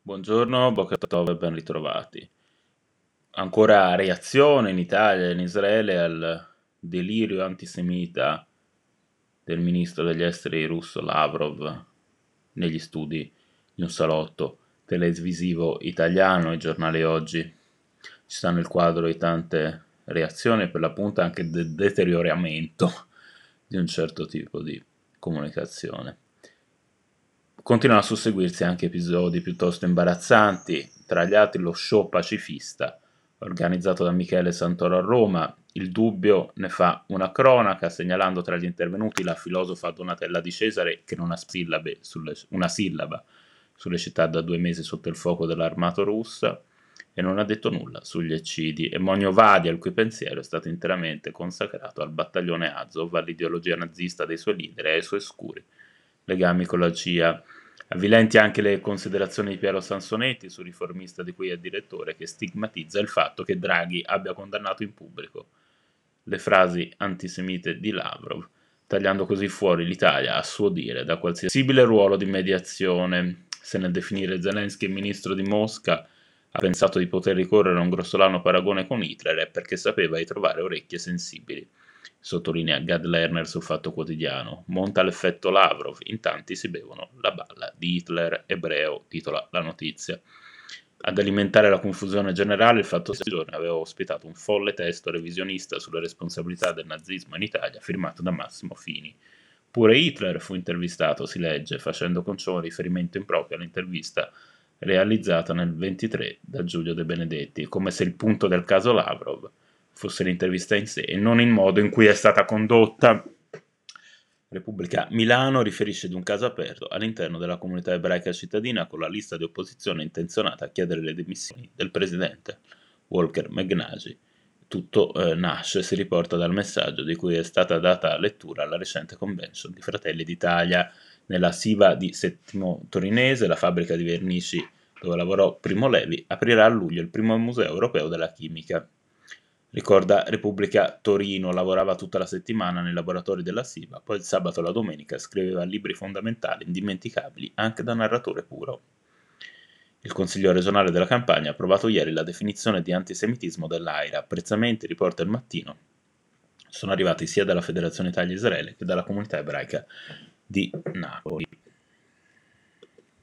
Buongiorno, Boker Tov e ben ritrovati. Ancora reazione in Italia e in Israele al delirio antisemita del ministro degli esteri russo Lavrov negli studi di un salotto televisivo italiano. I giornali oggi ci stanno il quadro di tante reazioni e per l'appunto anche del deterioramento di un certo tipo di comunicazione. Continuano a susseguirsi anche episodi piuttosto imbarazzanti, tra gli altri lo show pacifista organizzato da Michele Santoro a Roma. Il Dubbio ne fa una cronaca segnalando tra gli intervenuti la filosofa Donatella Di Cesare che non ha una sillaba sulle città da 2 mesi sotto il fuoco dell'armata russa e non ha detto nulla sugli eccidi, e Monio Vadia, il cui pensiero è stato interamente consacrato al battaglione Azov, all'ideologia nazista dei suoi leader e ai suoi scuri legami con la CIA. Avvilenti anche le considerazioni di Piero Sansonetti, sul riformista di cui è direttore, che stigmatizza il fatto che Draghi abbia condannato in pubblico le frasi antisemite di Lavrov, tagliando così fuori l'Italia, a suo dire, da qualsiasi possibile ruolo di mediazione. Se nel definire Zelensky ministro di Mosca ha pensato di poter ricorrere a un grossolano paragone con Hitler è perché sapeva di trovare orecchie sensibili. Sottolinea Gad Lerner sul Fatto Quotidiano. Monta l'effetto Lavrov, in tanti si bevono la balla di Hitler ebreo, titola la notizia. Ad alimentare la confusione generale, il fatto che questi giorni aveva ospitato un folle testo revisionista sulle responsabilità del nazismo in Italia, firmato da Massimo Fini. Pure Hitler fu intervistato, si legge, facendo con ciò un riferimento improprio all'intervista realizzata nel 23 da Giulio De Benedetti, come se il punto del caso Lavrov fosse l'intervista in sé e non il modo in cui è stata condotta. Repubblica Milano riferisce di un caso aperto all'interno della comunità ebraica cittadina con la lista di opposizione intenzionata a chiedere le dimissioni del presidente Walker Meghnagi. Tutto nasce, si riporta dal messaggio di cui è stata data lettura alla recente convention di Fratelli d'Italia nella Siva di Settimo Torinese. La fabbrica di vernici dove lavorò Primo Levi aprirà a luglio il primo museo europeo della chimica. Ricorda Repubblica Torino, lavorava tutta la settimana nei laboratori della Siva, poi il sabato e la domenica scriveva libri fondamentali, indimenticabili, anche da narratore puro. Il Consiglio regionale della Campania ha approvato ieri la definizione di antisemitismo dell'AIRA. Apprezzamenti, riporta il Mattino, sono arrivati sia dalla Federazione Italia-Israele che dalla comunità ebraica di Napoli.